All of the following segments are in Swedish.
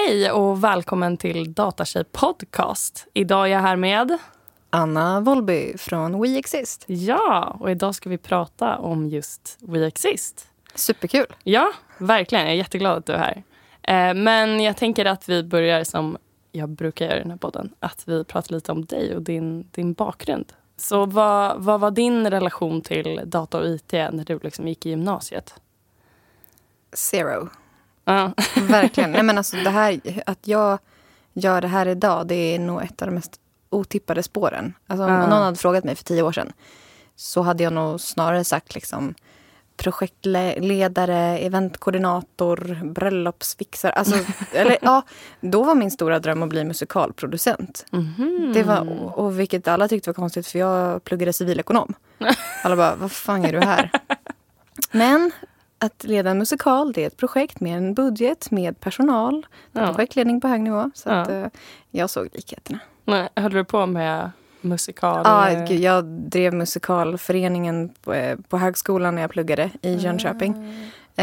Hej och välkommen till Datatjej podcast. Idag är jag här med Anna Wollby från We Exist. Ja, och idag ska vi prata om just We Exist. Superkul. Ja, verkligen. Jag är jätteglad att du är här. Men jag tänker att vi börjar som jag brukar göra i den här podden. Att vi pratar lite om dig och din bakgrund. Så vad var din relation till data och IT när du liksom gick i gymnasiet? Zero. Ja. Verkligen. Nej, men alltså det här, att jag gör det här idag, det är nog ett av de mest otippade spåren. Alltså, om någon hade frågat mig för 10 år sedan så hade jag nog snarare sagt liksom projektledare, eventkoordinator, bröllopsfixare. Alltså, eller, ja, då var min stora dröm att bli musikalproducent. Mm-hmm. Det var, och vilket alla tyckte var konstigt för jag pluggade civilekonom. Alla bara, vad fan är du här? Men att leda en musikal, det är ett projekt med en budget, med personal, projektledning på hög nivå. Så att, jag såg likheterna. Men höll du på med musikal? Ja, jag drev musikalföreningen på högskolan när jag pluggade i Jönköping.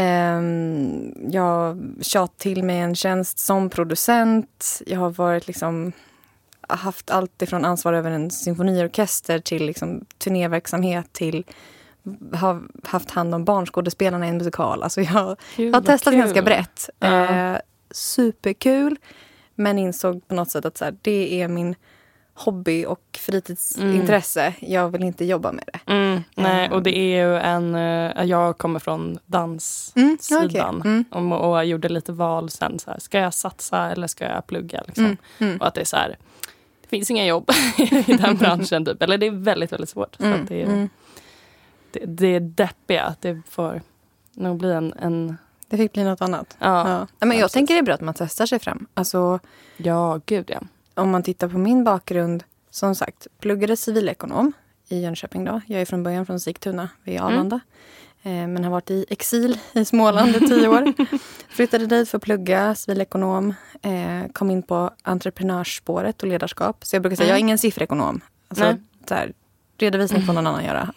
Jag tjat till mig en tjänst som producent. Jag har varit liksom haft allt ifrån ansvar över en symfoniorkester till liksom turnéverksamhet till har haft hand om barnskådespelarna i en musikal. Alltså jag har testat ganska brett. Superkul. Men insåg på något sätt att så här, det är min hobby och fritidsintresse. Jag vill inte jobba med det. Nej, och det är ju jag kommer från danssidan. Och gjorde lite val sen. Så här, ska jag satsa eller ska jag plugga? Liksom? Och att det är så här, det finns inga jobb i den branschen. Typ. Eller det är väldigt, väldigt svårt. Så att det är deppiga. Det får nog bli en... Det fick bli något annat. Ja, men jag tänker det är bra att man testar sig fram. Alltså, ja, gud ja. Om man tittar på min bakgrund, som sagt, pluggade civilekonom i Jönköping då. Jag är från början från Sigtuna vid Arlanda. Men har varit i exil i Småland i 10 år. Flyttade dit för att plugga civilekonom. Kom in på entreprenörsspåret och ledarskap. Så jag brukar säga, jag är ingen sifferekonom. Alltså, så här, redovisning får någon annan göra.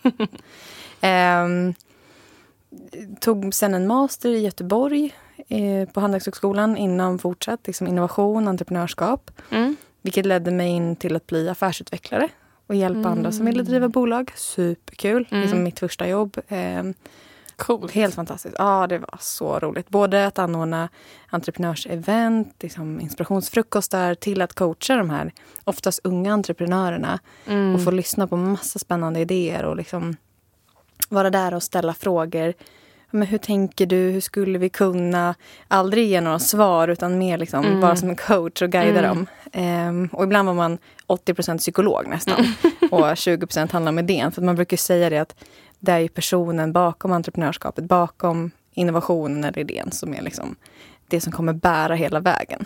Tog sen en master i Göteborg på Handelshögskolan inom fortsatt liksom innovation, entreprenörskap. Vilket ledde mig in till att bli affärsutvecklare och hjälpa andra som ville driva bolag. Superkul, liksom mitt första jobb. Coolt. Helt fantastiskt. Ja, det var så roligt. Både att anordna entreprenörsevent, liksom inspirationsfrukostar, till att coacha de här oftast unga entreprenörerna och få lyssna på massa spännande idéer och liksom vara där och ställa frågor. Men hur tänker du? Hur skulle vi kunna? Aldrig ge några svar utan mer liksom vara som en coach och guida dem. Och ibland var man 80% psykolog nästan. Och 20% handlar om idén. För man brukar säga det att det är personen bakom entreprenörskapet, bakom innovationen eller idén som är liksom det som kommer bära hela vägen.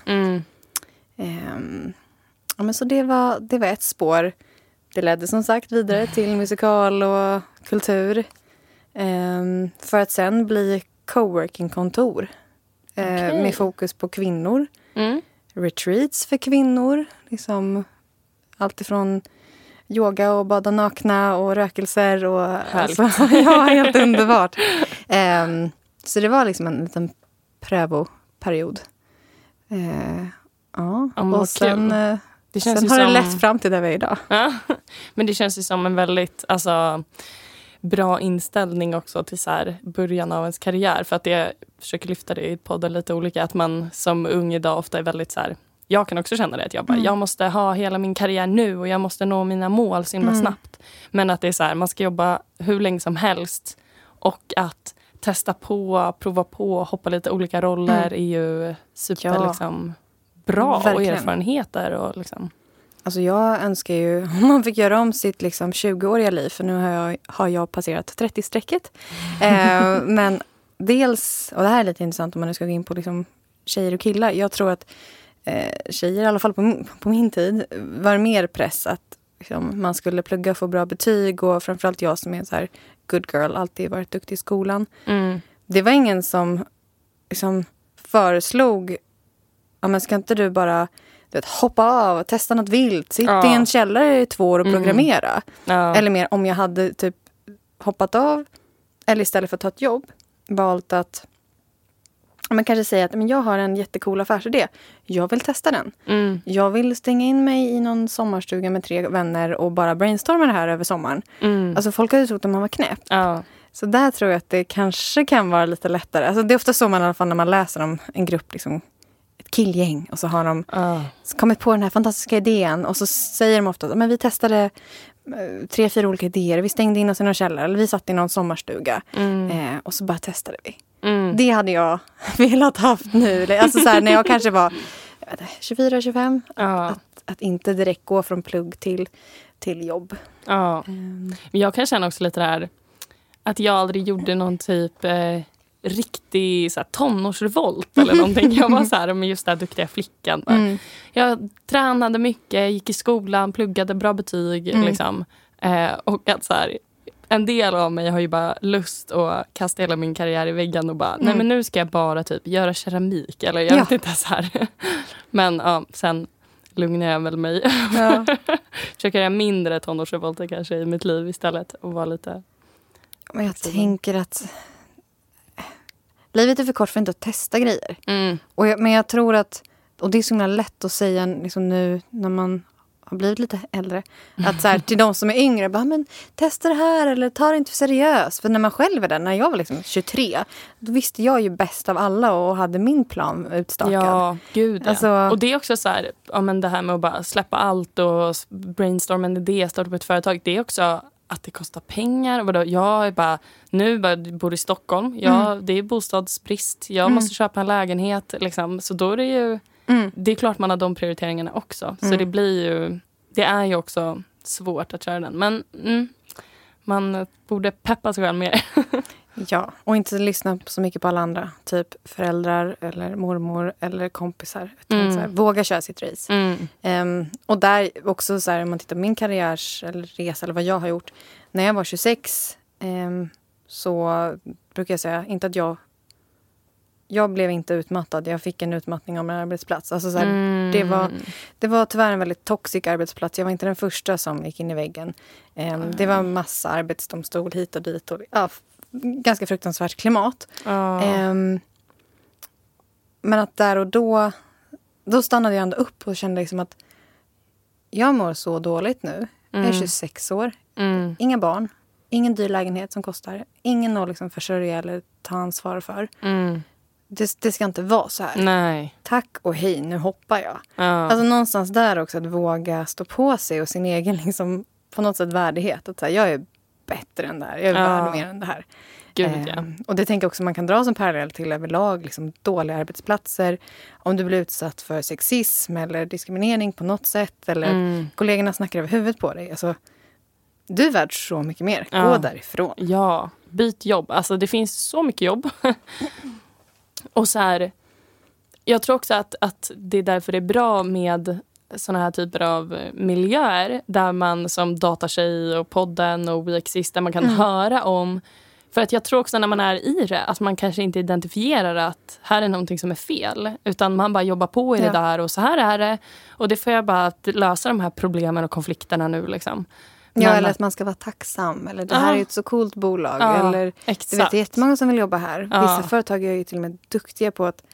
Men så det var ett spår. Det ledde som sagt vidare till musikal och kultur. För att sen bli coworking-kontor. Med fokus på kvinnor. Retreats för kvinnor. Liksom allt ifrån yoga och bada nakna och rökelser. Och, alltså, ja, helt underbart. Så det var liksom en liten prövoperiod. Och sen... Det känns sen har det lett fram till där vi är idag. Ja, men det känns ju som en väldigt bra inställning också till så här början av ens karriär. För att jag försöker lyfta det i podden lite olika. Att man som ung idag ofta är väldigt så här... Jag kan också känna det. Att jag måste ha hela min karriär nu. Och jag måste nå mina mål så himla snabbt. Men att det är så här, man ska jobba hur länge som helst. Och att testa på, prova på, hoppa lite olika roller är ju super liksom... bra verkligen. Och erfarenheter och liksom. Alltså jag önskar ju om man fick göra om sitt liksom 20-åriga liv, för nu har jag passerat 30-strecket. Men dels, och det här är lite intressant om man nu ska gå in på liksom tjejer och killar. Jag tror att tjejer, i alla fall på min tid, var mer press att liksom, man skulle plugga och få bra betyg, och framförallt jag som är så här good girl, alltid varit duktig i skolan. Det var ingen som liksom föreslog, ja, men ska inte du bara hoppa av och testa något vilt, sitta i en källare i 2 år och programmera. Eller mer om jag hade typ hoppat av, eller istället för att ta ett jobb valt att man kanske säger att men jag har en jättecool affärsidé. Jag vill testa den. Jag vill stänga in mig i någon sommarstuga med 3 vänner och bara brainstorma det här över sommaren. Alltså folk hade trott att man var knäpp. Ja. Så där tror jag att det kanske kan vara lite lättare. Alltså det är ofta så man i alla fall när man läser om en grupp, liksom ett killgäng. Och så har de kommit på den här fantastiska idén. Och så säger de ofta att vi testade 3-4 olika idéer. Vi stängde in oss i någon källare. Eller vi satt i någon sommarstuga. Och så bara testade vi. Det hade jag velat haft nu. Alltså så här, när jag kanske var 24-25. Att inte direkt gå från plugg till jobb. Ja. Men jag kan känna också lite där att jag aldrig gjorde någon typ riktig så här, tonårsrevolt eller någonting. Jag var så här med just den här duktiga flickan. Jag tränade mycket, gick i skolan, pluggade bra betyg liksom. Och att så här, en del av mig har ju bara lust att kasta hela min karriär i väggen och bara, nej men nu ska jag bara typ göra keramik eller jag vet inte så här. Men sen lugnar jag väl mig. Försöker göra mindre tonårsrevolter kanske i mitt liv istället och vara lite. Men jag tänker att livet är för kort för inte att testa grejer. Men jag tror att, och det är så himla lätt att säga liksom nu när man har blivit lite äldre, att så här, till de som är yngre bara, men testa det här eller ta det inte för seriöst. För när man själv är där, när jag var liksom 23, då visste jag ju bäst av alla och hade min plan utstakad. Ja, gud ja. Alltså, och det är också så här, men det här med att bara släppa allt och brainstorma en idé, starta upp ett företag, det är också att det kostar pengar. Jag är bara bor i Stockholm. Det är bostadsbrist. Jag måste köpa en lägenhet. Liksom. Så då är det ju... Det är klart man har de prioriteringarna också. Så det blir ju... Det är ju också svårt att köra den. Men man borde peppa sig själv mer. Ja, och inte lyssna så mycket på alla andra. Typ föräldrar eller mormor eller kompisar. Så här, våga köra sitt race. Och där också så här, om man tittar på min karriärs eller resa eller vad jag har gjort. När jag var 26 så brukar jag säga inte att jag blev inte utmattad. Jag fick en utmattning av min arbetsplats. Alltså så här, det var tyvärr en väldigt toxic arbetsplats. Jag var inte den första som gick in i väggen. Det var en massa arbetsdomstol hit och dit. Och, ganska fruktansvärt klimat. Men att där och då stannade jag ändå upp och kände liksom att jag mår så dåligt nu. Jag är 26 år. Inga barn. Ingen dyr lägenhet som kostar. Ingen att liksom försörja eller ta ansvar för. Det ska inte vara så här. Nej. Tack och hej, nu hoppar jag. Alltså någonstans där också att våga stå på sig och sin egen liksom, på något sätt värdighet. Att säga, jag är bättre än det här. Jag är värd mer än det här. Gud, ja. Och det tänker jag också man kan dra som parallell till överlag liksom, dåliga arbetsplatser. Om du blir utsatt för sexism eller diskriminering på något sätt. Eller kollegorna snackar över huvudet på dig. Alltså, du är värd så mycket mer. Gå därifrån. Ja, byt jobb. Alltså det finns så mycket jobb. Och så här, jag tror också att det är därför det är bra med såna här typer av miljöer där man som Datatjej och podden och We Exist, där man kan höra om. För att jag tror också när man är i det att man kanske inte identifierar att här är någonting som är fel. Utan man bara jobbar på i det där och så här är det. Och det får jag bara att lösa de här problemen och konflikterna nu liksom. Ja, eller att man ska vara tacksam. Eller det här är ett så coolt bolag. Eller exakt. Du vet, det är jättemånga som vill jobba här. Vissa företag är ju till och med duktiga på att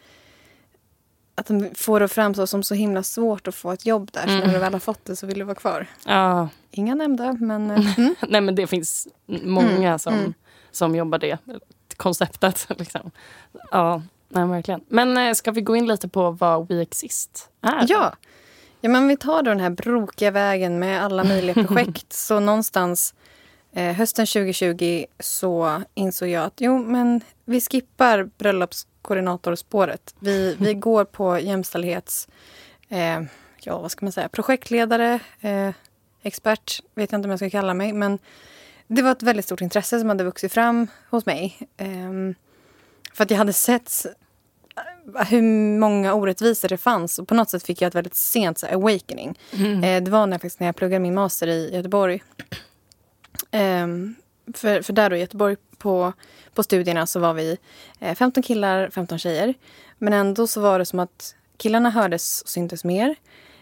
de får det framstå som så himla svårt att få ett jobb där. Så när du väl har fått det så vill du vara kvar. Inga nämnda, men... Nej, men det finns många som jobbar det konceptet. Liksom. Ja, nej, verkligen. Men ska vi gå in lite på vad We Exist är? Ja, men vi tar då den här brokiga vägen med alla möjliga projekt. Så någonstans hösten 2020 så insåg jag att men vi skippar bröllopskoordinatorspåret. Vi går på jämställdhets... vad ska man säga? Projektledare, expert, vet jag inte om jag ska kalla mig. Men det var ett väldigt stort intresse som hade vuxit fram hos mig. För att jag hade sett hur många orättvisor det fanns. Och på något sätt fick jag ett väldigt sent så, awakening. Det var när jag pluggade min master i Göteborg. För där då i Göteborg på studierna så var vi 15 killar, 15 tjejer. Men ändå så var det som att killarna hördes och syntes mer.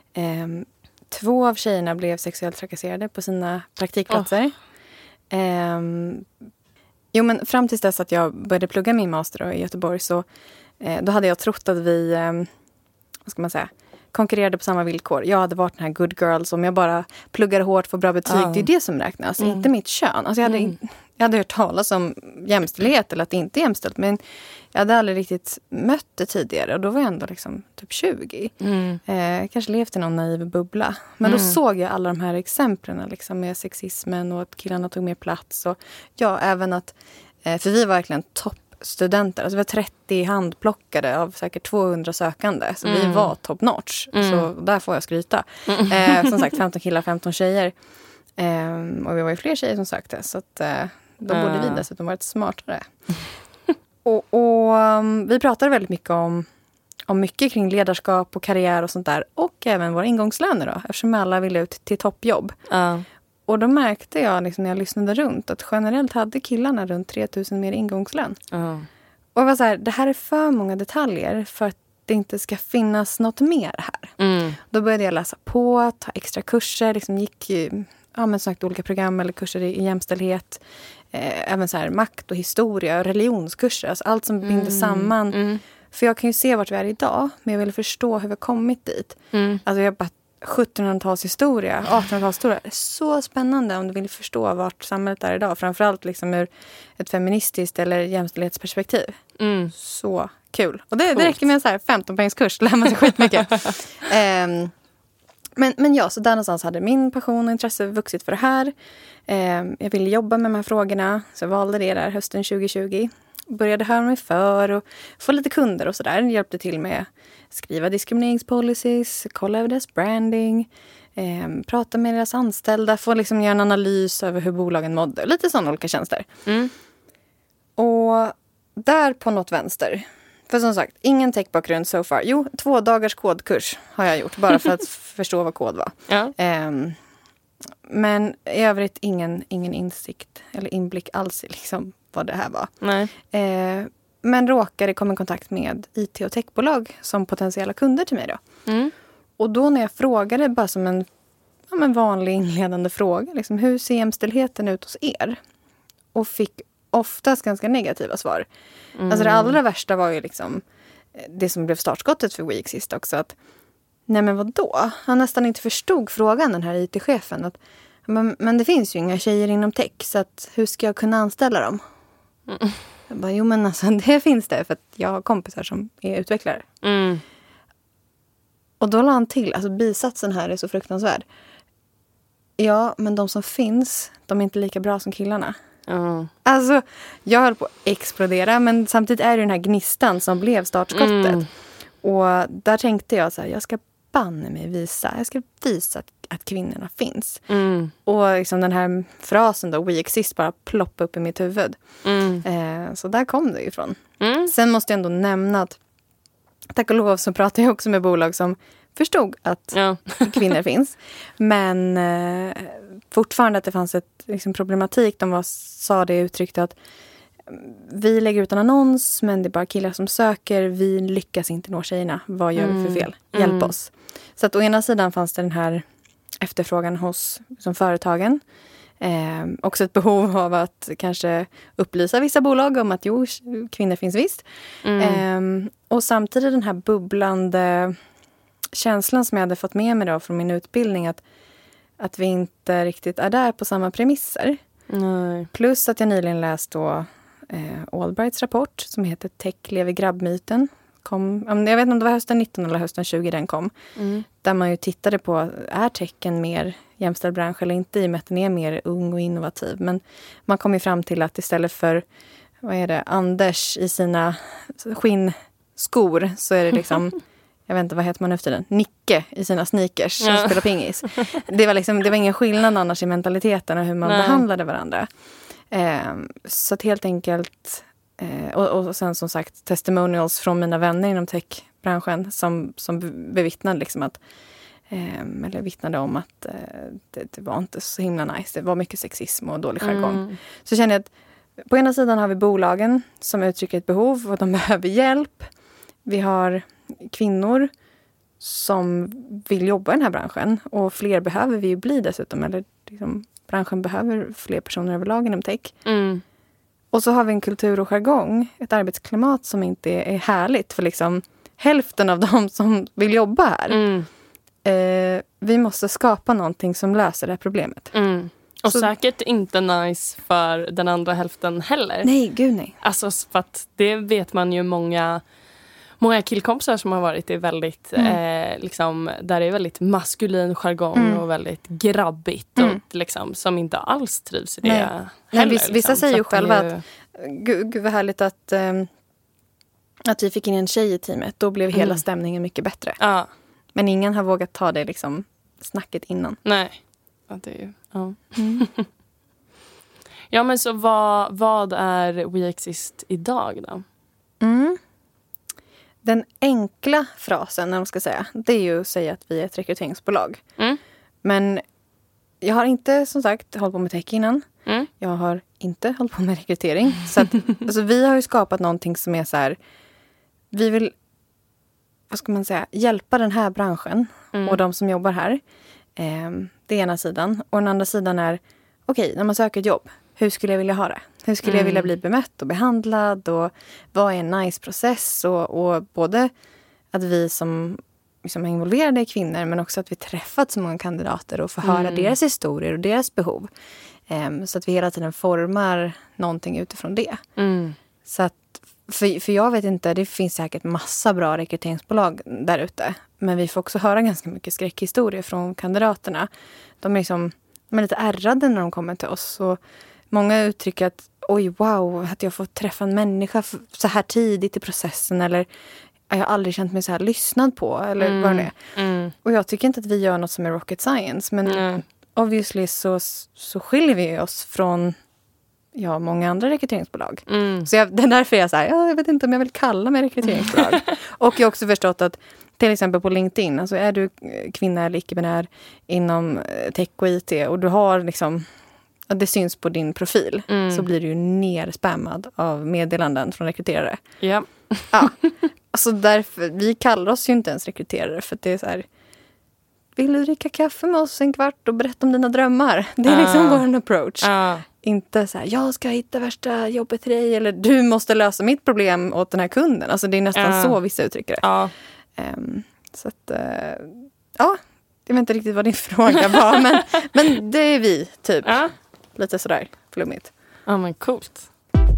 2 av tjejerna blev sexuellt trakasserade på sina praktikplatser. Jo, men fram tills dess att jag började plugga min master då, i Göteborg så då hade jag trott att vi, vad ska man säga, konkurrerade på samma villkor. Jag hade varit den här good girl som jag bara pluggade hårt, får bra betyg. Det är det som räknas, inte mitt kön. Alltså jag hade hört talas om jämställdhet eller att det inte är jämställt, men jag hade aldrig riktigt mött det tidigare och då var jag ändå liksom typ 20. Kanske levt i någon naiv bubbla. Men då såg jag alla de här exemplen liksom med sexismen och att killarna tog mer plats. Och ja, även att, för vi var verkligen toppstudenter. Alltså vi var 30 handplockade av säkert 200 sökande. Så vi var top notch. Så där får jag skryta. Som sagt, 15 killar, 15 tjejer. Och vi var ju fler tjejer som sökte. Så att, då borde vi dessutom varit smartare. Och vi pratade väldigt mycket om mycket kring ledarskap och karriär och sånt där. Och även våra ingångslöner då. Eftersom alla ville ut till toppjobb. Och då märkte jag liksom, när jag lyssnade runt att generellt hade killarna runt 3 000 mer ingångslön. Och jag var så här, det här är för många detaljer för att det inte ska finnas något mer här. Då började jag läsa på, ta extra kurser. Liksom gick ju, sökte olika program eller kurser i jämställdhet. Även så här makt och historia och religionskurser. Alltså allt som binder samman. För jag kan ju se vart vi är idag. Men jag vill förstå hur vi har kommit dit. Alltså jag bara 1700-talshistoria, 1800-talshistoria. Det är så spännande om du vill förstå vart samhället är idag. Framförallt liksom ur ett feministiskt eller jämställdhetsperspektiv. Så kul. Och det räcker med en så här 15-poängskurs. Lär man sig skitmycket. Men ja, så där någonstans hade min passion och intresse vuxit för det här. Jag ville jobba med de här frågorna. Så jag valde det där hösten 2020. Började höra mig för och få lite kunder och sådär. Hjälpte till med att skriva diskrimineringspolicies, kolla över deras branding, prata med deras anställda, få liksom göra en analys över hur bolagen mådde. Lite sådana olika tjänster. Och där på något vänster. För som sagt, ingen tech-bakgrund so far. Jo, 2 dagars kodkurs har jag gjort. Bara för att förstå vad kod var. Men i övrigt ingen insikt eller inblick alls i liksom vad det här var. Men råkade komma i kontakt med IT- och techbolag som potentiella kunder till mig då. Och då när jag frågade bara som en vanlig inledande fråga. Liksom, hur ser jämställdheten ut hos er? Och fick oftast ganska negativa svar. Alltså det allra värsta var ju liksom det som blev startskottet för WeExist också. Att, nej men vadå? Han nästan inte förstod frågan, den här IT-chefen. Att, men det finns ju inga tjejer inom tech, så att, hur ska jag kunna anställa dem? Jag bara, jo men alltså det finns det, för att jag har kompisar som är utvecklare. Och då la han till, alltså bisatsen här är så fruktansvärd. Ja, men de som finns, de är inte lika bra som killarna. Alltså, jag höll på att explodera, men samtidigt är det den här gnistan som blev startskottet. Och där tänkte jag så här, jag ska banne mig visa. Jag ska visa att kvinnorna finns. Och liksom den här frasen då, WeExist, bara ploppa upp i mitt huvud. Så där kom det ifrån. Sen måste jag ändå nämna att tack och lov så pratar jag också med bolag som förstod att kvinnor finns. Men fortfarande att det fanns ett liksom, problematik. De sa det uttryckt att vi lägger ut en annons, men det är bara killar som söker. Vi lyckas inte nå tjejerna. Vad gör vi för fel? Hjälp oss. Så att å ena sidan fanns det den här efterfrågan hos som företagen. Också ett behov av att kanske upplysa vissa bolag om att jo, kvinnor finns visst. Och samtidigt den här bubblande känslan som jag hade fått med mig då från min utbildning att vi inte riktigt är där på samma premisser. Plus att jag nyligen läst då Allbrights rapport som heter Tech lever grabbmyten. Jag vet inte om det var hösten 19 eller hösten 20 den kom. Där man ju tittade på, är tech en mer jämställd bransch eller inte, i och med att den är mer ung och innovativ. Men man kom ju fram till att istället för, Anders i sina skinnskor så är det liksom, jag vet inte, vad heter man efter den? Nicke i sina sneakers som spelar pingis. Det var ingen skillnad annars i mentaliteten och hur man behandlade varandra. Så att helt enkelt, och sen som sagt testimonials från mina vänner inom techbranschen som bevittnade liksom att eller vittnade om att det var inte så himla nice. Det var mycket sexism och dålig jargong. Så känner jag att på ena sidan har vi bolagen som uttrycker ett behov och de behöver hjälp. Vi har kvinnor som vill jobba i den här branschen. Och fler behöver vi ju bli dessutom. Eller liksom, branschen behöver fler personer överlag inom tech. Och så har vi en kultur och jargong, ett arbetsklimat som inte är härligt för liksom hälften av dem som vill jobba här. Vi måste skapa någonting som löser det här problemet. Och så, säkert inte nice för den andra hälften heller. Nej, gud nej. Alltså för att det vet man ju många killkompisar som har varit i väldigt liksom, där det är väldigt maskulin jargong och väldigt grabbigt och liksom, som inte alls trivs i det heller. Nej, vissa liksom. säger ju själva ju... att gud vad härligt att vi fick in en tjej i teamet. Då blev hela stämningen mycket bättre. Ja. Men ingen har vågat ta det liksom snacket innan. Nej. Ja, det är ju... Ja. Ja, men så vad är We Exist idag då? Den enkla frasen, när man ska säga, det är ju att säga att vi är ett rekryteringsbolag. Men jag har inte, som sagt, hållit på med tech innan. Jag har inte hållit på med rekrytering. Så att, alltså, vi har ju skapat någonting som är så här, vi vill, vad ska man säga, hjälpa den här branschen och de som jobbar här. Det är ena sidan. Och den andra sidan är, okej, när man söker ett jobb, hur skulle jag vilja ha det? Hur skulle jag vilja bli bemött och behandlad? Och vad är en nice process? Och både att vi som är involverade är kvinnor, men också att vi träffat så många kandidater och får höra deras historier och deras behov. Så att vi hela tiden formar någonting utifrån det. Så att, för jag vet inte, det finns säkert massa bra rekryteringsbolag där ute. Men vi får också höra ganska mycket skräckhistorier från kandidaterna. De är lite ärrade när de kommer till oss. Och många uttrycker att oj, wow, att jag får träffa en människa så här tidigt i processen. Eller jag har aldrig känt mig så här lyssnad på. Eller vad det är. Och jag tycker inte att vi gör något som är rocket science. Men obviously så skiljer vi oss från många andra rekryteringsbolag. Så det är därför jag säger, jag vet inte om jag vill kalla mig rekryteringsbolag. Och jag har också förstått att till exempel på LinkedIn, alltså är du kvinna eller icke-binär inom tech och IT och du har liksom, det syns på din profil, så blir du ju nerspammad av meddelanden från rekryterare. Ja. Alltså därför, vi kallar oss ju inte ens rekryterare för att det är så här, vill du dricka kaffe med oss en kvart och berätta om dina drömmar? Det är liksom vår approach. Inte så här, jag ska hitta värsta jobbet till dig eller du måste lösa mitt problem åt den här kunden. Alltså det är nästan så vissa uttrycker det. Så att, jag vet inte riktigt vad din fråga var, men det är vi, typ. Lite sådär flummigt. Ja, men coolt.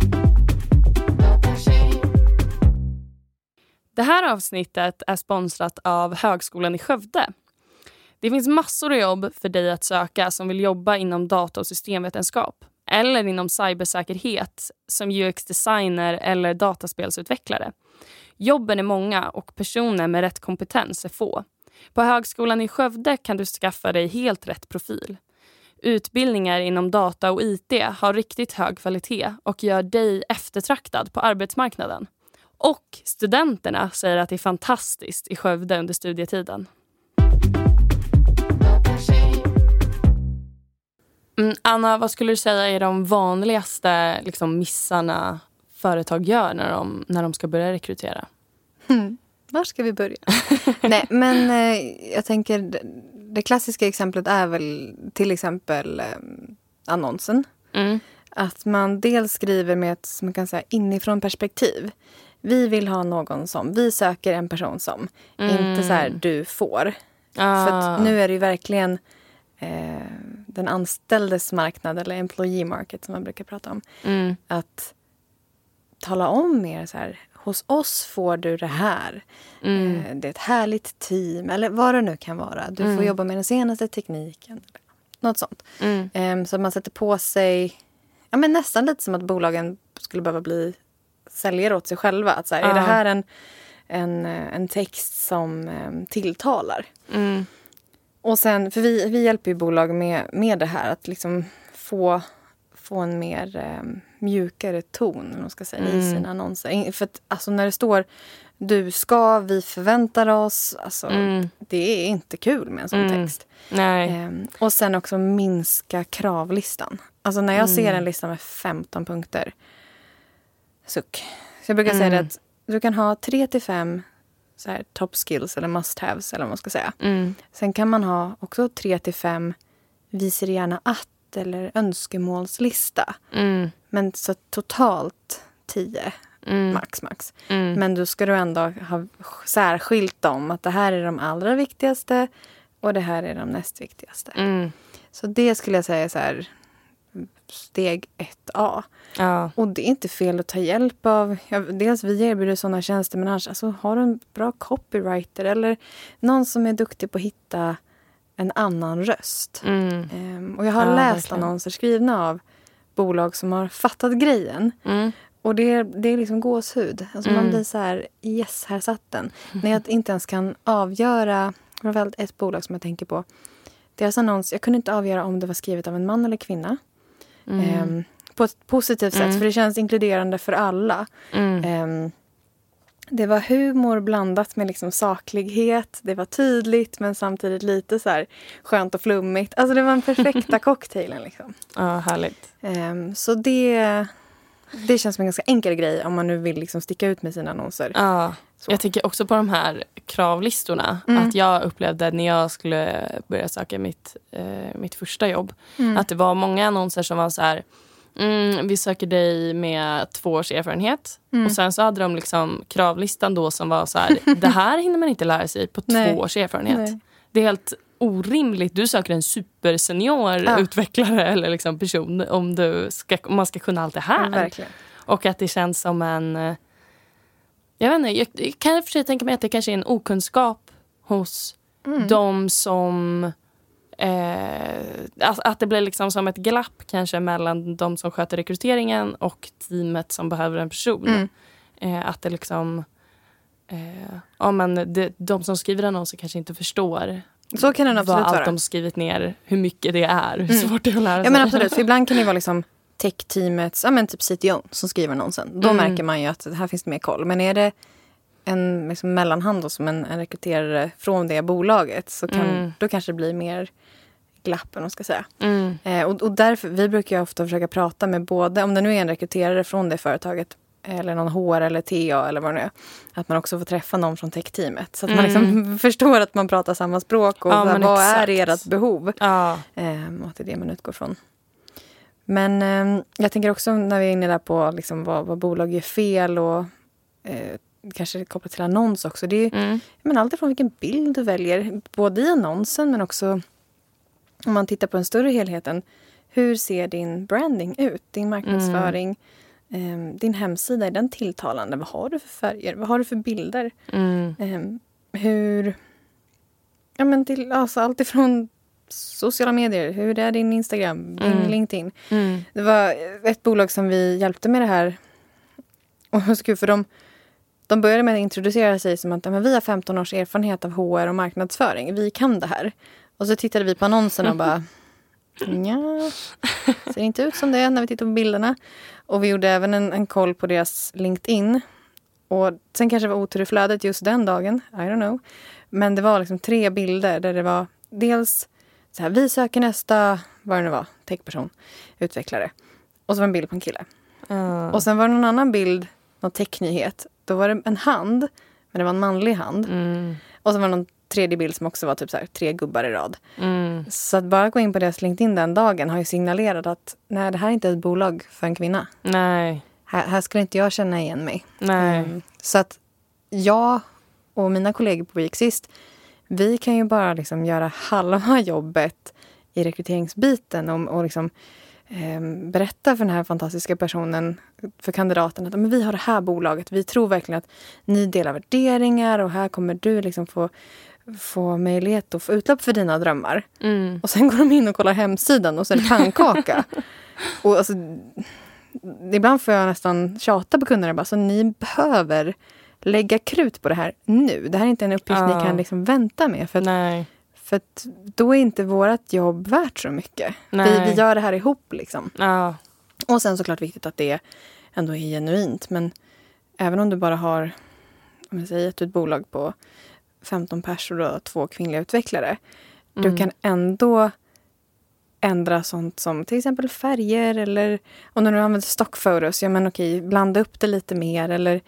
Det här avsnittet är sponsrat av Högskolan i Skövde. Det finns massor av jobb för dig att söka som vill jobba inom data- och systemvetenskap eller inom cybersäkerhet som UX-designer eller dataspelsutvecklare. Jobben är många och personer med rätt kompetens är få. På Högskolan i Skövde kan du skaffa dig helt rätt profil. Utbildningar inom data och IT har riktigt hög kvalitet och gör dig eftertraktad på arbetsmarknaden. Och studenterna säger att det är fantastiskt i Skövde under studietiden. Anna, vad skulle du säga är de vanligaste missarna företag gör när de ska börja rekrytera? Var ska vi börja? Nej, men jag tänker det klassiska exemplet är väl till exempel annonsen. Att man dels skriver med ett, som man kan säga, inifrån perspektiv. Vi vill ha någon som, vi söker en person som, inte så här du får. För att nu är det ju verkligen den anställdes marknad eller employee market som man brukar prata om. Att tala om mer så här, hos oss får du det här. Det är ett härligt team eller vad det nu kan vara. Du får jobba med den senaste tekniken. Något sånt. Så att man sätter på sig, men nästan lite som att bolagen skulle behöva bli säljare åt sig själva. Att så här, är det här en text som tilltalar? Och sen, för vi hjälper ju bolag med det här. Att liksom få en mer mjukare ton, om man ska säga, i sina annonser. För att alltså, när det står du ska, vi förväntar oss. Alltså, det är inte kul med en sån text. Nej. Och sen också minska kravlistan. Alltså när jag ser en lista med 15 punkter. Suck. Så jag brukar säga det att du kan ha 3-5 så här, top skills eller must-haves eller vad man ska säga. Sen kan man ha också 3-5 visar gärna att eller önskemålslista. Men så totalt 10 max. Men då ska du ändå ha särskilt dem. Att det här är de allra viktigaste och det här är de näst viktigaste. Så det skulle jag säga så här, steg 1A. Ja. Och det är inte fel att ta hjälp av. Dels vi erbjuder sådana tjänster, men annars alltså, har du en bra copywriter eller någon som är duktig på att hitta en annan röst. Och jag har läst verkligen annonser skrivna av bolag som har fattat grejen. Och det är liksom gåshud. Alltså man blir så här, yes, här satt den. När jag inte ens kan avgöra, framförallt ett bolag som jag tänker på. Deras annons, jag kunde inte avgöra om det var skrivet av en man eller kvinna. På ett positivt sätt, för det känns inkluderande för alla. Det var humor blandat med liksom saklighet. Det var tydligt men samtidigt lite så här skönt och flummigt. Alltså det var den perfekta cocktailen liksom. Ja, härligt. Så det känns som en ganska enkel grej om man nu vill liksom sticka ut med sina annonser. Ja, jag tänker också på de här kravlistorna. Att jag upplevde när jag skulle börja söka mitt första jobb. Att det var många annonser som var så här: vi söker dig med 2 års erfarenhet. Och sen så hade de liksom kravlistan då som var så här: det här hinner man inte lära sig på 2 års erfarenhet. Nej. Det är helt orimligt. Du söker en supersenior utvecklare eller liksom person om man ska kunna allt det här. Verkligen. Och att det känns som en... Jag vet inte, jag kan för sig tänka mig att det kanske är en okunskap hos de som... att det blir liksom som ett glapp kanske mellan de som sköter rekryteringen och teamet som behöver en person. Att det liksom... de som skriver annonser kanske inte förstår... Så kan det absolut vad vara. Allt de skrivit ner, hur mycket det är, hur svårt det är att lära sig. Ja men absolut, för ibland kan det vara liksom tech-teamets, typ CTO som skriver annonsen. Då märker man ju att här finns det mer koll. Men är det en liksom mellanhand då, som en rekryterare från det bolaget så då kanske det blir mer glapp än man ska säga. Och därför, vi brukar ju ofta försöka prata med både, om det nu är en rekryterare från det företaget eller någon HR eller TA eller vad det är, att man också får träffa någon från tech-teamet så att man liksom förstår att man pratar samma språk och vad är ert behov och att det är det man utgår från. Men jag tänker också när vi är inne där på liksom vad bolag gör fel och kanske kopplat till annons också, det är allt ifrån vilken bild du väljer, både i annonsen men också om man tittar på den större helheten, hur ser din branding ut, din marknadsföring, din hemsida, är den tilltalande? Vad har du för färger? Vad har du för bilder? Hur... Ja, men allt ifrån sociala medier. Hur är din Instagram? Din LinkedIn? Det var ett bolag som vi hjälpte med det här. Och så kul, för de började med att introducera sig som att vi har 15 års erfarenhet av HR och marknadsföring. Vi kan det här. Och så tittade vi på annonsen och bara... Ja, ser inte ut som det när vi tittar på bilderna. Och vi gjorde även en koll på deras LinkedIn. Och sen kanske det var otur i flödet just den dagen. I don't know. Men det var liksom 3 bilder där det var dels så här, vi söker nästa, vad det nu var, techperson, utvecklare. Och så var en bild på en kille. Och sen var det någon annan bild, någon technyhet. Då var det en hand, men det var en manlig hand. Och så var det någon tredje bild som också var typ så här 3 gubbar i rad. Så att bara gå in på deras LinkedIn den dagen har ju signalerat att nej, det här är inte ett bolag för en kvinna. Nej. Här skulle inte jag känna igen mig. Nej. Så att jag och mina kollegor på Weeksist, vi kan ju bara liksom göra halva jobbet i rekryteringsbiten och liksom berätta för den här fantastiska personen, för kandidaten, att men vi har det här bolaget. Vi tror verkligen att ni delar värderingar och här kommer du liksom få möjlighet att få utlopp för dina drömmar. Och sen går de in och kollar hemsidan och så är det pannkaka. Och alltså, ibland får jag nästan tjata på kunderna bara, så ni behöver lägga krut på det här nu. Det här är inte en uppgift ni kan liksom vänta med. För att då är inte vårt jobb värt så mycket. Vi gör det här ihop liksom. Och sen såklart viktigt att det ändå är genuint. Men även om du bara har, om jag säger ett bolag på 15 personer och 2 kvinnliga utvecklare. Du kan ändå ändra sånt som till exempel färger eller om du nu använder stockfotos, ja men okej, blanda upp det lite mer eller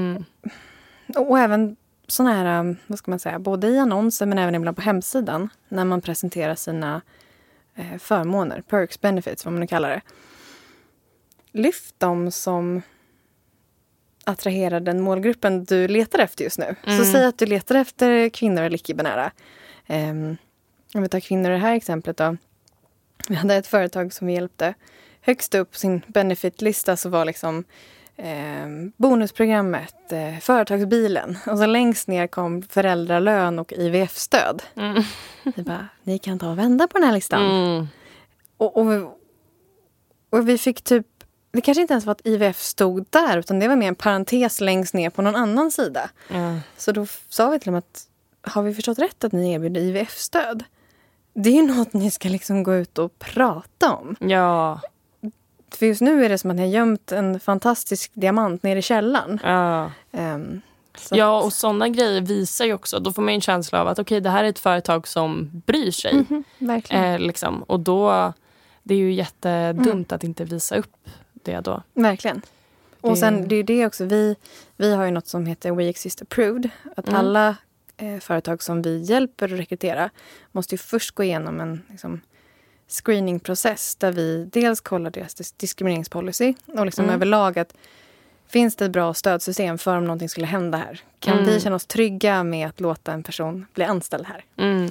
och även såna här, vad ska man säga, både i annonser men även ibland på hemsidan när man presenterar sina förmåner, perks, benefits, vad man nu kallar det. lyft dem som attraherar den målgruppen du letar efter just nu. Så säg att du letar efter kvinnor eller icke-binära. Om vi tar kvinnor i det här exemplet då. Vi hade ett företag som vi hjälpte. Högst upp på sin benefitlista så var liksom bonusprogrammet, företagsbilen. Och så längst ner kom föräldralön och IVF-stöd. Vi bara, ni kan ta och vända på den här listan. Och vi fick typ, det kanske inte ens var att IVF stod där, utan det var mer en parentes längst ner på någon annan sida. Så då sa vi till dem att, har vi förstått rätt att ni erbjuder IVF-stöd? Det är ju något ni ska liksom gå ut och prata om. Ja. För just nu är det som att ni har gömt en fantastisk diamant nere i källaren. Ja. Ja, och sådana grejer visar ju också. Då får man en känsla av att okej, det här är ett företag som bryr sig. Verkligen. Liksom. Och då, det är ju jättedumt att inte visa upp det då. Verkligen. Och sen, det är det också. Vi har ju något som heter We Exist Approved. Att alla företag som vi hjälper att rekrytera måste ju först gå igenom en liksom, screeningprocess där vi dels kollar deras diskrimineringspolicy och liksom överlag att finns det ett bra stödsystem för om någonting skulle hända här? Kan vi känna oss trygga med att låta en person bli anställd här?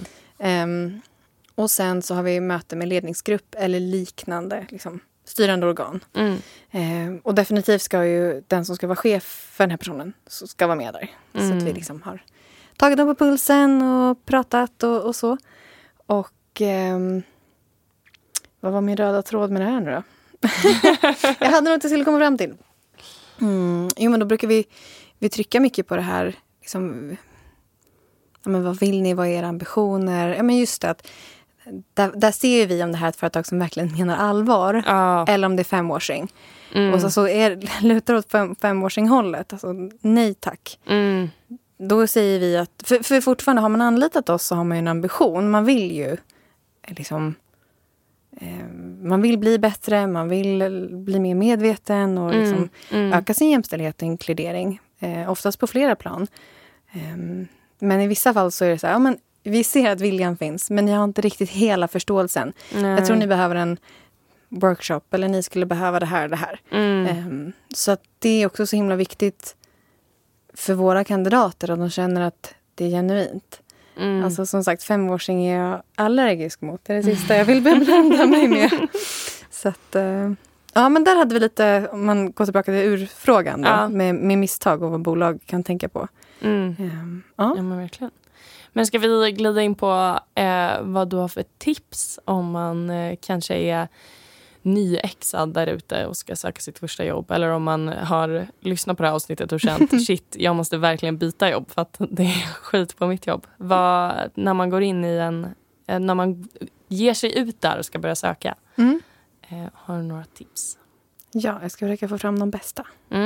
Och sen så har vi möte med ledningsgrupp eller liknande liksom, styrande organ. Och definitivt ska ju den som ska vara chef för den här personen ska vara med där. Så att vi liksom har tagit dem på pulsen och pratat och så. Och vad var min röda tråd med det här nu då? Jag hade något jag skulle komma fram till. Jo, men då brukar vi trycka mycket på det här. Liksom, ja, men vad vill ni? Vad är era ambitioner? Ja, men just det att där ser vi om det här är ett företag som verkligen menar allvar. Eller om det är 5-årsring. Och så lutar åt 5-årsring-hållet. Alltså, nej tack. Då säger vi att, för fortfarande har man anlitat oss så har man ju en ambition. Man vill ju liksom, man vill bli bättre, man vill bli mer medveten och liksom öka sin jämställdhet och inkludering. Oftast på flera plan. Men i vissa fall så är det så här, ja, men vi ser att viljan finns, men ni har inte riktigt hela förståelsen. Jag tror ni behöver en workshop eller ni skulle behöva det här. Så att det är också så himla viktigt för våra kandidater att de känner att det är genuint. Alltså som sagt, 5-årsring är jag allergisk mot. Det är det sista jag vill beblanda mig med. Så att, ja men där hade vi lite, om man går tillbaka till urfrågan då, med misstag och vad bolag kan tänka på. Ja men verkligen. Men ska vi glida in på vad du har för tips om man kanske är nyexad där ute och ska söka sitt första jobb. Eller om man har lyssnat på det här avsnittet och känt shit, jag måste verkligen byta jobb för att det är skit på mitt jobb. När man går in i när man ger sig ut där och ska börja söka. Har du några tips? Ja, jag ska försöka få fram de bästa.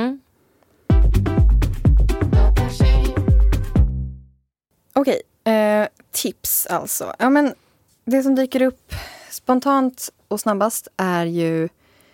Okej, tips alltså. Ja, men det som dyker upp spontant och snabbast är ju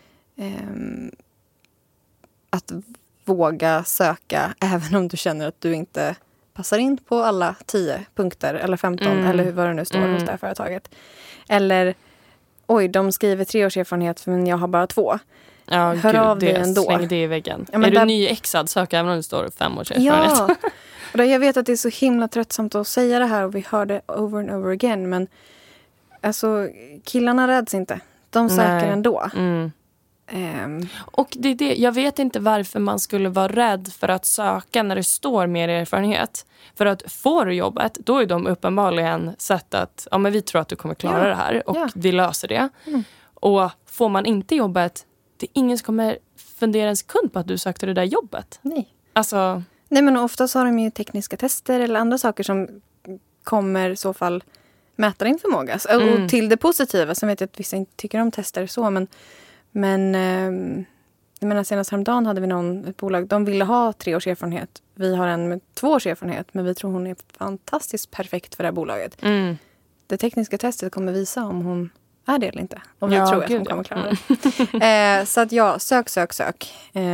att våga söka även om du känner att du inte passar in på alla 10 punkter eller 15 eller vad det nu står hos det här företaget. Eller, oj, de skriver 3 års erfarenhet men jag har bara 2. Ja, hör av dig ändå. Släng det i väggen. Ja, men är du nyexad, sök även om det står 5 års erfarenhet. Ja, och då, jag vet att det är så himla tröttsamt att säga det här och vi hör det over and over again. Men alltså, killarna räds inte. De söker ändå. Och det är det. Jag vet inte varför man skulle vara rädd för att söka när det står mer erfarenhet. För att får du jobbet, då är de uppenbarligen sett att ja, men vi tror att du kommer klara det här och vi löser det. Och får man inte jobbet, det är ingen som kommer fundera en sekund på att du sökte det där jobbet. Nej. Alltså... Nej, men oftast har de ju tekniska tester eller andra saker som kommer i så fall mäta din förmåga. Och till det positiva, sen vet jag att vissa inte tycker om tester så, men jag menar, senast häromdagen hade vi ett bolag, de ville ha 3 års erfarenhet. Vi har en med 2 års erfarenhet, men vi tror hon är fantastiskt perfekt för det här bolaget. Det tekniska testet kommer visa om hon är det eller inte. Och vi tror att hon kommer klara det. Så att ja, sök.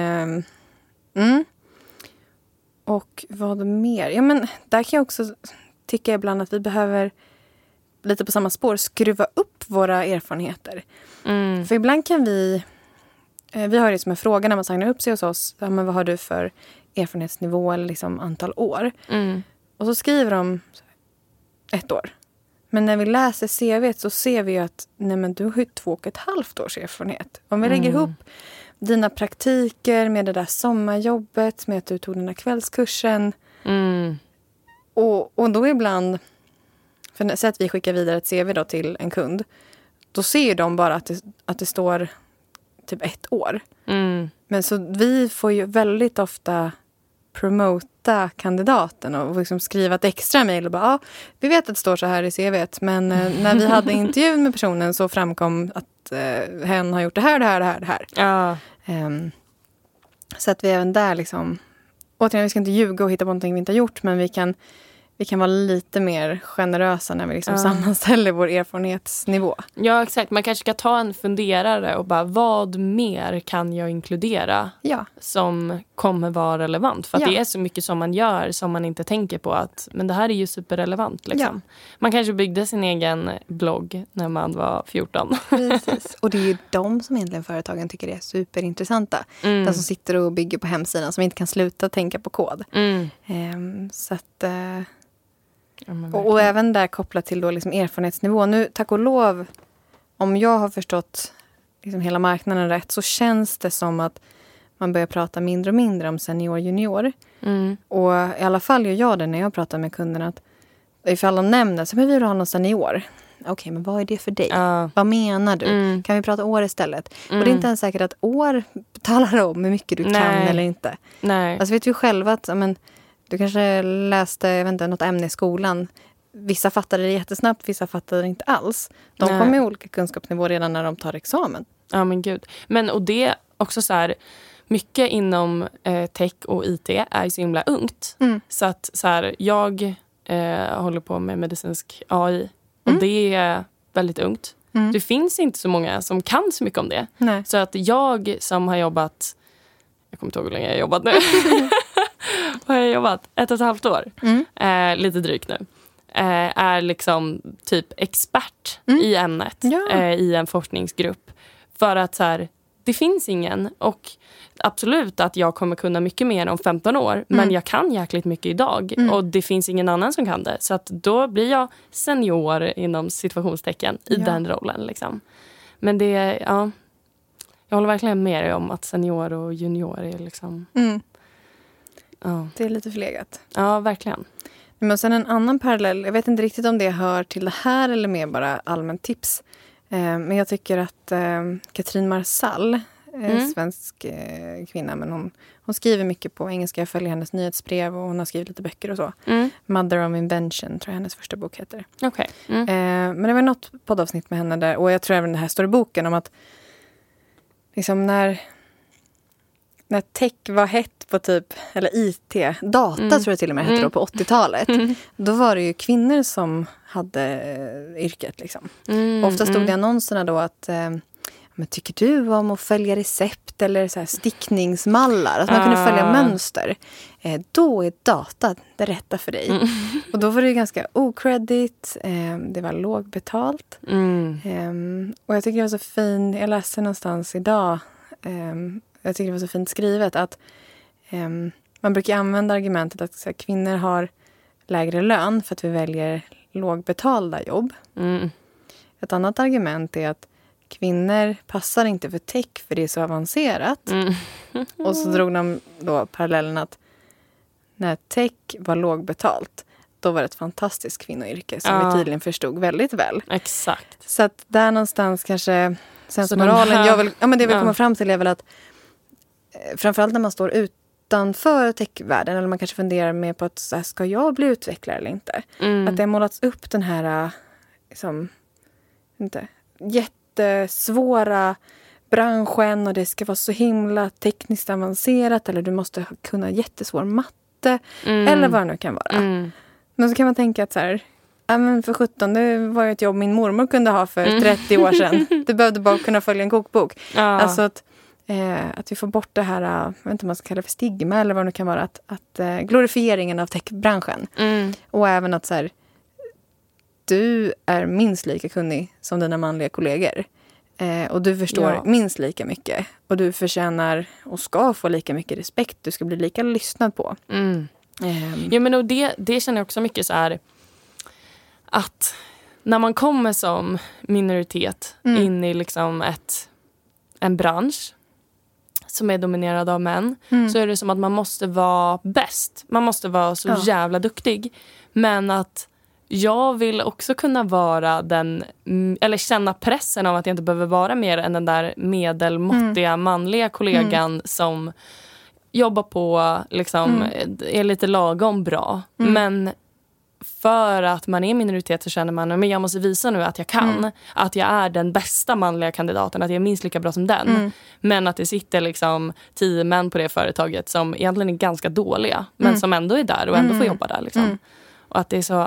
Och vad mer? Ja, men där kan jag också tycka ibland att vi behöver lite på samma spår skruva upp våra erfarenheter. För ibland kan vi vi har det som en fråga när man signar upp sig hos oss. Ja, men vad har du för erfarenhetsnivå eller liksom antal år? Och så skriver de 1 år. Men när vi läser CV så ser vi att nej, men du har ju 2,5 års erfarenhet. Om vi lägger ihop dina praktiker med det där sommarjobbet, med att du tog den här kvällskursen. Och då ibland, för så att vi skickar vidare ett CV då till en kund, då ser ju de bara att det står typ 1 år. Men så vi får ju väldigt ofta promota kandidaten och liksom skriva ett extra mejl och bara, vi vet att det står så här i CV:t, men när vi hade intervjun med personen så framkom att hen har gjort det här. Ja. Så att vi även där liksom, återigen, vi ska inte ljuga och hitta på någonting vi inte har gjort, men vi kan vara lite mer generösa när vi liksom sammanställer vår erfarenhetsnivå. Ja, exakt. Man kanske ska ta en funderare och bara, vad mer kan jag inkludera som kommer vara relevant? För att det är så mycket som man gör som man inte tänker på att, men det här är ju superrelevant. Liksom. Ja. Man kanske byggde sin egen blogg när man var 14. Precis. Och det är ju de som egentligen företagen tycker är superintressanta. De som sitter och bygger på hemsidan, som inte kan sluta tänka på kod. Så att... och även där kopplat till då liksom erfarenhetsnivå. Nu, tack och lov, om jag har förstått liksom hela marknaden rätt, så känns det som att man börjar prata mindre och mindre om senior junior. Och i alla fall gör jag det när jag pratar med kunderna, att ifall de nämner så, men vi vill ha någon senior. Okej, men vad är det för dig? Vad menar du? Kan vi prata år istället? Och det är inte ens säkert att år talar om hur mycket du kan eller inte. Nej. Alltså vet vi själva att du kanske läste, jag vet inte, något ämne i skolan. Vissa fattade det jättesnabbt, vissa fattade det inte alls. De kommer i olika kunskapsnivå redan när de tar examen. Ja, men gud. Men och det också så här, mycket inom tech och IT är så himla ungt. Så att så här, jag håller på med medicinsk AI. Och det är väldigt ungt. Det finns inte så många som kan så mycket om det. Nej. Så att jag som har jobbat, jag kommer inte ihåg hur länge jag har jobbat nu. Har jag jobbat 1,5 år. Lite drygt nu. Är liksom typ expert i ämnet. I en forskningsgrupp. För att så här, det finns ingen. Och absolut att jag kommer kunna mycket mer om 15 år. Men jag kan jäkligt mycket idag. Och det finns ingen annan som kan det. Så att då blir jag senior inom situationstecken i den rollen. Liksom. Men det är, jag håller verkligen med dig om att senior och junior är liksom... Det är lite förlegat. Ja, verkligen. Men sen en annan parallell, jag vet inte riktigt om det hör till det här eller mer bara allmänt tips. Men jag tycker att Katrin Marsall, svensk kvinna, men hon skriver mycket på engelska. Jag följer hennes nyhetsbrev och hon har skrivit lite böcker och så. Mother of Invention tror jag hennes första bok heter. Okay. Men det var något poddavsnitt med henne där, och jag tror även det här står i boken om att liksom när tech var hett på typ, eller IT, data tror jag till och med hette då på 80-talet. Då var det ju kvinnor som hade yrket liksom. Ofta stod det i annonserna då att men tycker du om att följa recept eller så här stickningsmallar, att man kunde följa mönster, då är data det rätta för dig. Och då var det ju ganska okredit, det var lågbetalt. Och jag tycker det var så fint, jag läste någonstans idag, jag tycker det var så fint skrivet att man brukar använda argumentet att så här, kvinnor har lägre lön för att vi väljer lågbetalda jobb. Ett annat argument är att kvinnor passar inte för tech för det är så avancerat. Och så drog de då parallellen att när tech var lågbetalt, då var det ett fantastiskt kvinnoyrke som vi tydligen förstod väldigt väl. Exakt. Så att där någonstans kanske sensmoralen, det jag vill komma fram till är väl att framförallt när man står utanför techvärlden, eller man kanske funderar mer på att så här, ska jag bli utvecklare eller inte? Att det har målats upp den här liksom, inte, jättesvåra branschen och det ska vara så himla tekniskt avancerat eller du måste kunna jättesvår matte eller vad det nu kan vara. Men så kan man tänka att så här, men för 17, det var ju ett jobb min mormor kunde ha för 30 år sedan. Du behövde bara kunna följa en kokbok. Alltså att vi får bort det här, jag vet inte om man ska kalla det för stigma eller vad det nu kan vara, att glorifieringen av techbranschen. Och även att så här, du är minst lika kunnig som dina manliga kollegor. Och du förstår minst lika mycket. Och du förtjänar och ska få lika mycket respekt. Du ska bli lika lyssnad på. Ja, men och det känner jag också mycket så här, att när man kommer som minoritet in i liksom en bransch som är dominerad av män, så är det som att man måste vara bäst. Man måste vara så jävla duktig. Men att jag vill också kunna vara eller känna pressen av att jag inte behöver vara mer än den där medelmåttiga manliga kollegan som jobbar på, liksom, är lite lagom bra. Men för att man är minoritet så känner man att jag måste visa nu att jag kan. Att jag är den bästa manliga kandidaten. Att jag är minst lika bra som den. Men att det sitter liksom 10 män på det företaget som egentligen är ganska dåliga. Men som ändå är där och ändå får jobba där. Liksom. Och att det är så,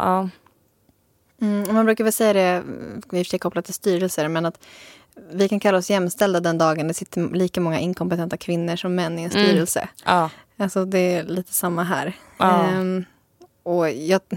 Man brukar väl säga det, vi försöker koppla till styrelser, men att vi kan kalla oss jämställda den dagen det sitter lika många inkompetenta kvinnor som män i en styrelse. Alltså det är lite samma här. Och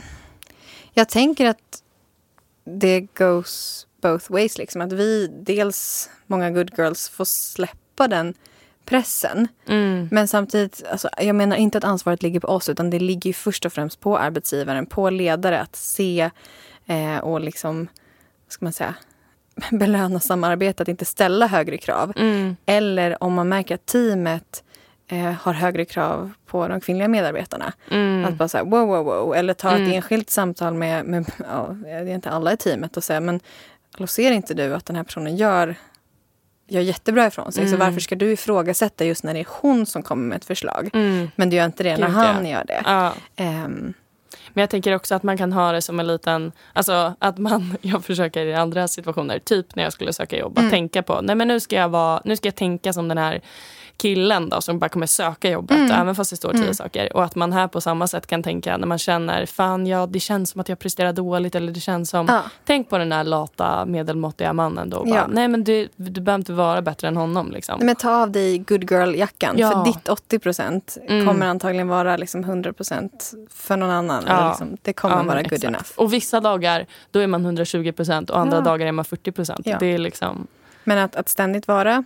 jag tänker att det goes both ways. Liksom. Att vi, dels många good girls, får släppa den pressen. Men samtidigt, alltså, jag menar inte att ansvaret ligger på oss, utan det ligger ju först och främst på arbetsgivaren, på ledare att se och liksom, vad ska man säga, belöna samarbete, att inte ställa högre krav. Eller om man märker att teamet har högre krav på de kvinnliga medarbetarna. Att bara säga wow. Eller ta ett enskilt samtal med det är inte alla i teamet och säga, men ser inte du att den här personen gör jättebra ifrån sig? Så varför ska du ifrågasätta just när det är hon som kommer med ett förslag? Men du gör inte det när han gör det. Men jag tänker också att man kan ha det som en liten, alltså att jag försöker i andra situationer, typ när jag skulle söka jobb, att tänka på, nej men nu ska jag tänka som den här killen då, som bara kommer söka jobbet, även fast det står 10 saker. Och att man här på samma sätt kan tänka när man känner, fan det känns som att jag presterar dåligt, eller det känns som, tänk på den där lata medelmåttiga mannen då. Bara, nej men du behöver inte vara bättre än honom liksom. Men ta av dig good girl-jackan, för ditt 80% kommer antagligen vara liksom 100% för någon annan. Eller liksom, det kommer vara good enough. Och vissa dagar, då är man 120% och andra dagar är man 40%. Det är liksom... Men att ständigt vara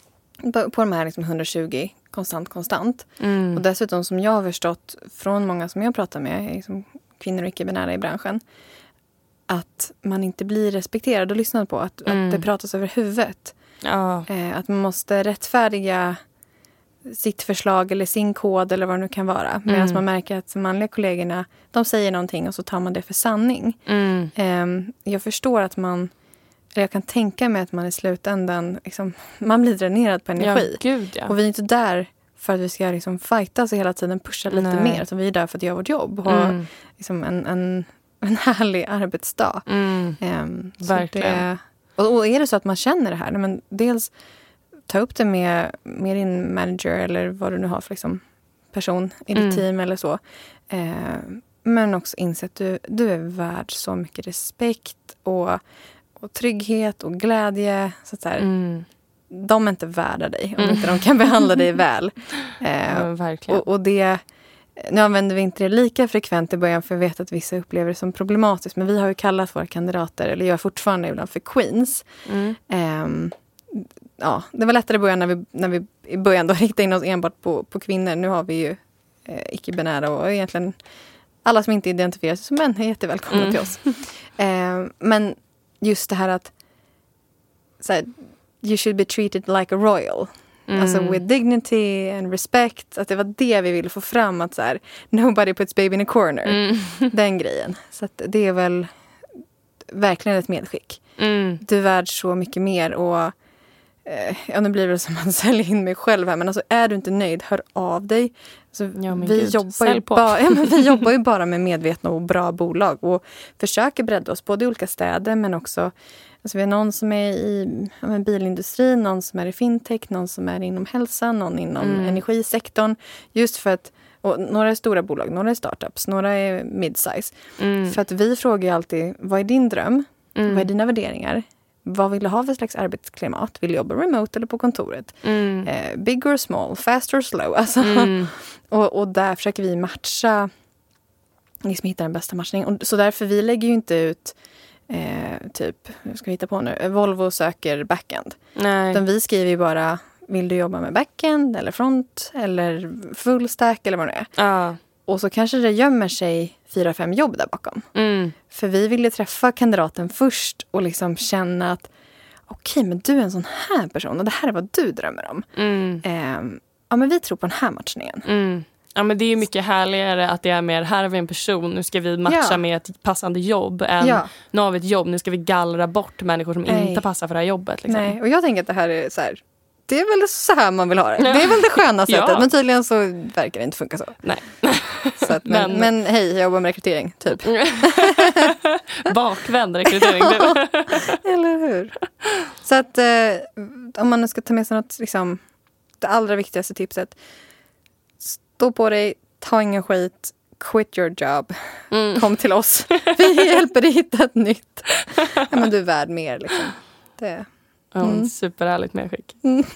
på de här liksom 120 konstant. Och dessutom, som jag har förstått från många som jag pratar med, liksom kvinnor och icke-binära i branschen, att man inte blir respekterad och lyssnad på. Att det pratas över huvudet. Att man måste rättfärdiga sitt förslag eller sin kod eller vad det nu kan vara. Medan man märker att de manliga kollegorna, de säger någonting och så tar man det för sanning. Jag förstår att jag kan tänka mig att man i slutändan liksom, man blir dränerad på energi. Och vi är inte där för att vi ska liksom fighta så hela tiden, pusha lite mer. Utan vi är där för att göra vårt jobb och ha liksom en härlig arbetsdag. Verkligen. Och är det så att man känner det här, men dels ta upp det med din manager eller vad du nu har för liksom, person i ditt team eller så. Men också inse att du är värd så mycket respekt och trygghet och glädje. Så att så här, de är inte värda dig om inte de kan behandla dig väl. Verkligen. Och det, nu använder vi inte det lika frekvent i början, för jag vet att vissa upplever det som problematiskt. Men vi har ju kallat våra kandidater, eller gör fortfarande ibland, för queens. Det var lättare i början när vi i början då riktade in oss enbart på kvinnor. Nu har vi ju icke-binära och egentligen alla som inte identifierar sig som män är jättevälkomna till oss. Men just det här att så här, you should be treated like a royal. Alltså with dignity and respect. Att det var det vi ville få fram. Att så här, nobody puts baby in a corner. Den grejen. Så att det är väl verkligen ett medskick. Du är värd så mycket mer. Och nu blir det som att sälja in mig själv här. Men alltså, är du inte nöjd, hör av dig. Alltså, vi jobbar ju bara med medvetna och bra bolag. Och försöker bredda oss både i olika städer, men också... Alltså vi har någon som är i bilindustrin, någon som är i fintech, någon som är inom hälsa, någon inom energisektorn. Just för att, och några är stora bolag, några är startups, några är midsize. För att vi frågar ju alltid, vad är din dröm? Vad är dina värderingar? Vad vill du ha för slags arbetsklimat? Vill du jobba remote eller på kontoret? Big or small, fast or slow? Alltså, och där försöker vi matcha, liksom hitta den bästa matchningen. Och så därför vi lägger ju inte ut typ, hur ska vi hitta på nu? Volvo söker backend. Nej. Utan vi skriver ju bara, vill du jobba med backend eller front eller full stack eller vad det är. Ja. Och så kanske det gömmer sig 4-5 jobb där bakom. För vi ville träffa kandidaten först och liksom känna att okej, men du är en sån här person och det här är vad du drömmer om. Ja, men vi tror på den här matchningen. Ja, men det är ju mycket härligare att det är mer, här har vi en person, nu ska vi matcha med ett passande jobb än nu har vi ett jobb, nu ska vi gallra bort människor som inte passar för det här jobbet. Liksom. Nej, och jag tänker att det här är så här, det är väl så här man vill ha det. Det är väl det sköna sättet, men tydligen så verkar det inte funka så. Nej. Så att, men hej, jag jobbar med rekrytering, typ. Bakvänd rekrytering. Eller hur? Så att om man ska ta med sig något, liksom, det allra viktigaste tipset. Stå på dig, ta ingen skit, quit your job. Kom till oss. Vi hjälper dig hitta ett nytt. Ja, men du är värd mer, liksom. Det. Superhärligt medskick.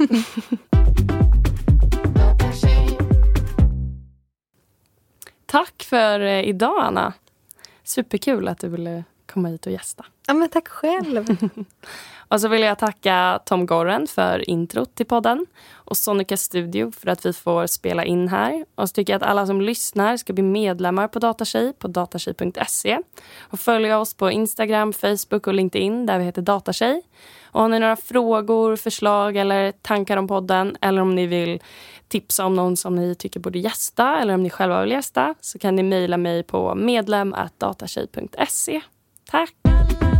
Tack för idag, Anna. Superkul att du ville komma hit och gästa. Ja, men tack själv. Och så vill jag tacka Tom Gorren för introt till podden och Sonica Studio för att vi får spela in här. Och så tycker jag att alla som lyssnar ska bli medlemmar på Datatjej på datatjej.se och följa oss på Instagram, Facebook och LinkedIn där vi heter Datatjej. Och har ni några frågor, förslag eller tankar om podden eller om ni vill tipsa om någon som ni tycker borde gästa eller om ni själva vill gästa så kan ni mejla mig på medlem@datatjej.se. Tack!